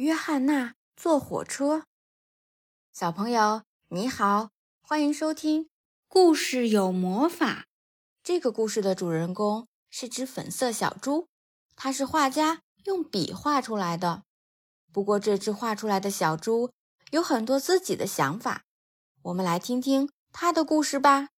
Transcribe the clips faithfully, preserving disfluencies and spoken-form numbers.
约翰娜坐火车。小朋友你好，欢迎收听故事有魔法。这个故事的主人公是只粉色小猪，它是画家用笔画出来的。不过这只画出来的小猪有很多自己的想法，我们来听听它的故事吧。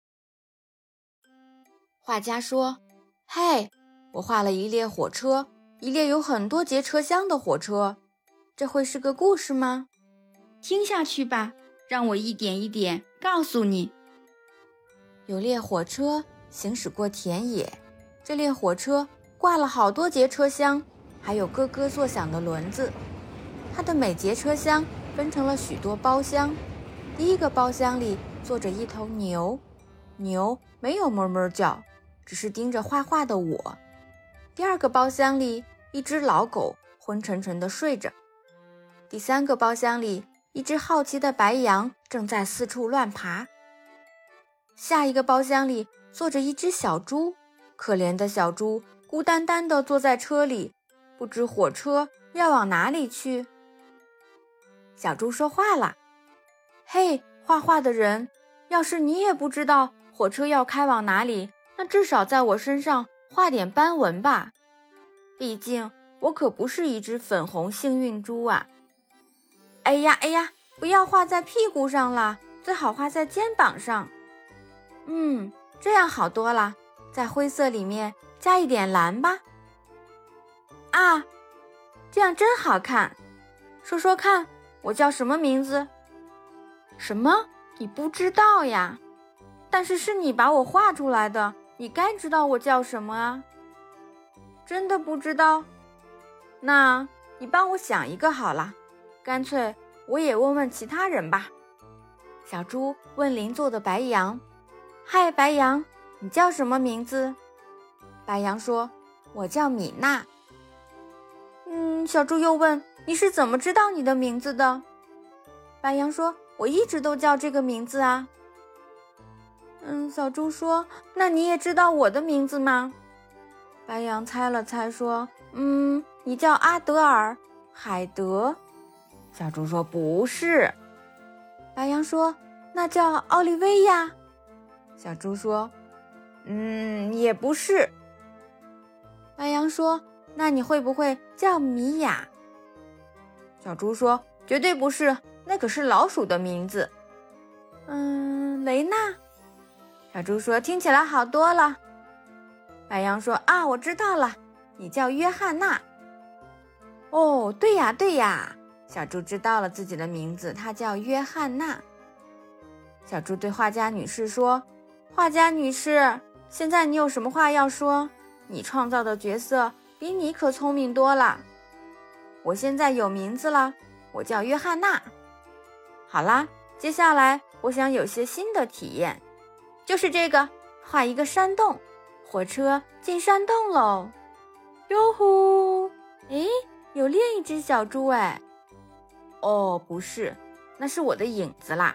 画家说，嘿，我画了一列火车，一列有很多节车厢的火车，这会是个故事吗？听下去吧，让我一点一点告诉你。有列火车行驶过田野，这列火车挂了好多节车厢，还有咯咯作响的轮子。它的每节车厢分成了许多包厢。第一个包厢里坐着一头牛，牛没有哞哞叫，只是盯着画画的我。第二个包厢里，一只老狗昏沉沉地睡着。第三个包厢里，一只好奇的白羊正在四处乱爬。下一个包厢里坐着一只小猪，可怜的小猪孤单单地坐在车里，不知火车要往哪里去。小猪说话了，嘿，画画的人，要是你也不知道火车要开往哪里，那至少在我身上画点斑纹吧，毕竟我可不是一只粉红幸运猪啊。哎呀哎呀，不要画在屁股上了，最好画在肩膀上。嗯，这样好多了，在灰色里面加一点蓝吧。啊，这样真好看。说说看，我叫什么名字？什么？你不知道呀？但是是你把我画出来的，你该知道我叫什么啊？真的不知道？那你帮我想一个好了，干脆我也问问其他人吧。小猪问邻座的白羊，嗨，白羊，你叫什么名字？白羊说，我叫米娜。嗯，小猪又问，你是怎么知道你的名字的？白羊说，我一直都叫这个名字啊。嗯，小猪说，那你也知道我的名字吗？白羊猜了猜说，嗯，你叫阿德尔海德。小猪说，不是。白羊说，那叫奥利维亚。小猪说，嗯，也不是。白羊说，那你会不会叫米娅？小猪说，绝对不是，那可是老鼠的名字。嗯，雷娜。小猪说，听起来好多了。白羊说，啊，我知道了，你叫约翰娜。哦，对呀对呀，小猪知道了自己的名字，他叫约翰娜。小猪对画家女士说，画家女士，现在你有什么话要说？你创造的角色比你可聪明多了。我现在有名字了，我叫约翰娜。好啦，接下来我想有些新的体验，就是这个，画一个山洞，火车进山洞喽。哟呼，诶，有另一只小猪哎。哦，不是，那是我的影子啦。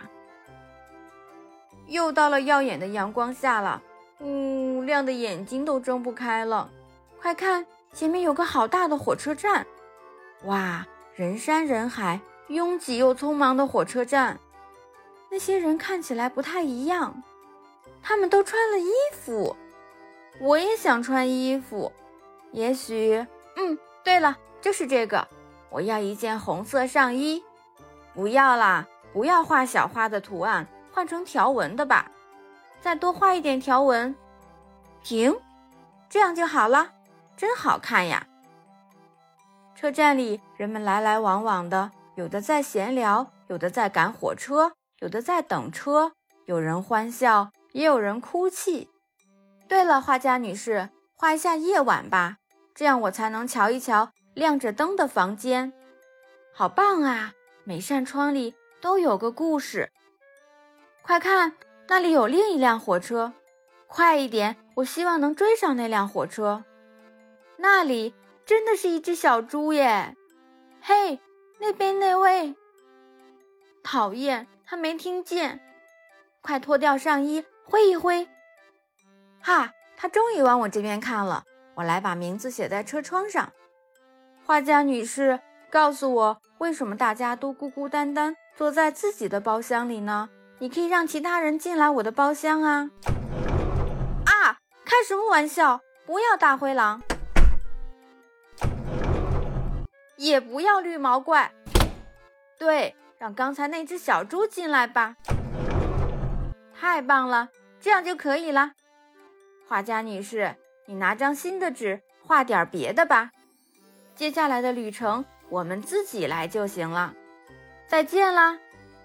又到了耀眼的阳光下了，嗯，亮的眼睛都睁不开了。快看，前面有个好大的火车站。哇，人山人海，拥挤又匆忙的火车站。那些人看起来不太一样，他们都穿了衣服。我也想穿衣服，也许，嗯，对了，就是这个，我要一件红色上衣。不要啦，不要画小花的图案，换成条纹的吧。再多画一点条纹。停，这样就好了，真好看呀。车站里人们来来往往的，有的在闲聊，有的在赶火车，有的在等车，有人欢笑，也有人哭泣。对了，画家女士，画一下夜晚吧，这样我才能瞧一瞧亮着灯的房间。好棒啊，每扇窗里都有个故事。快看，那里有另一辆火车，快一点，我希望能追上那辆火车。那里真的是一只小猪耶！嘿，那边那位。讨厌，他没听见。快脱掉上衣，挥一挥。哈，他终于往我这边看了，我来把名字写在车窗上。画家女士， 告诉我，为什么大家都孤孤单单坐在自己的包厢里呢？你可以让其他人进来我的包厢啊！啊，开什么玩笑！不要大灰狼，也不要绿毛怪。对，让刚才那只小猪进来吧。太棒了，这样就可以了。画家女士，你拿张新的纸画点别的吧。接下来的旅程我们自己来就行了。再见啦。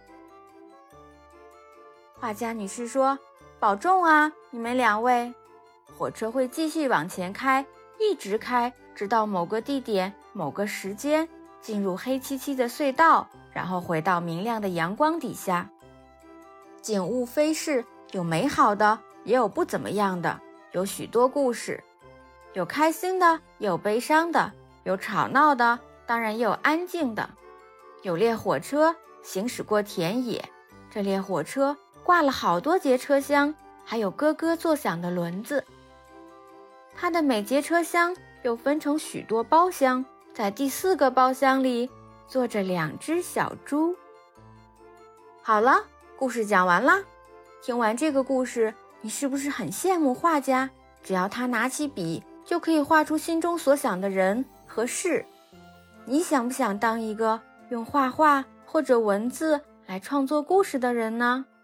画家女士说，保重啊，你们两位。火车会继续往前开，一直开，直到某个地点、某个时间，进入黑漆漆的隧道，然后回到明亮的阳光底下。景物飞逝，有美好的，也有不怎么样的，有许多故事，有开心的，也有悲伤的，有吵闹的，当然也有安静的。有列火车行驶过田野，这列火车挂了好多节车厢，还有咯咯作响的轮子。它的每节车厢又分成许多包厢，在第四个包厢里坐着两只小猪。好了，故事讲完啦。听完这个故事，你是不是很羡慕画家？只要他拿起笔，就可以画出心中所想的人和事。你想不想当一个用画画或者文字来创作故事的人呢？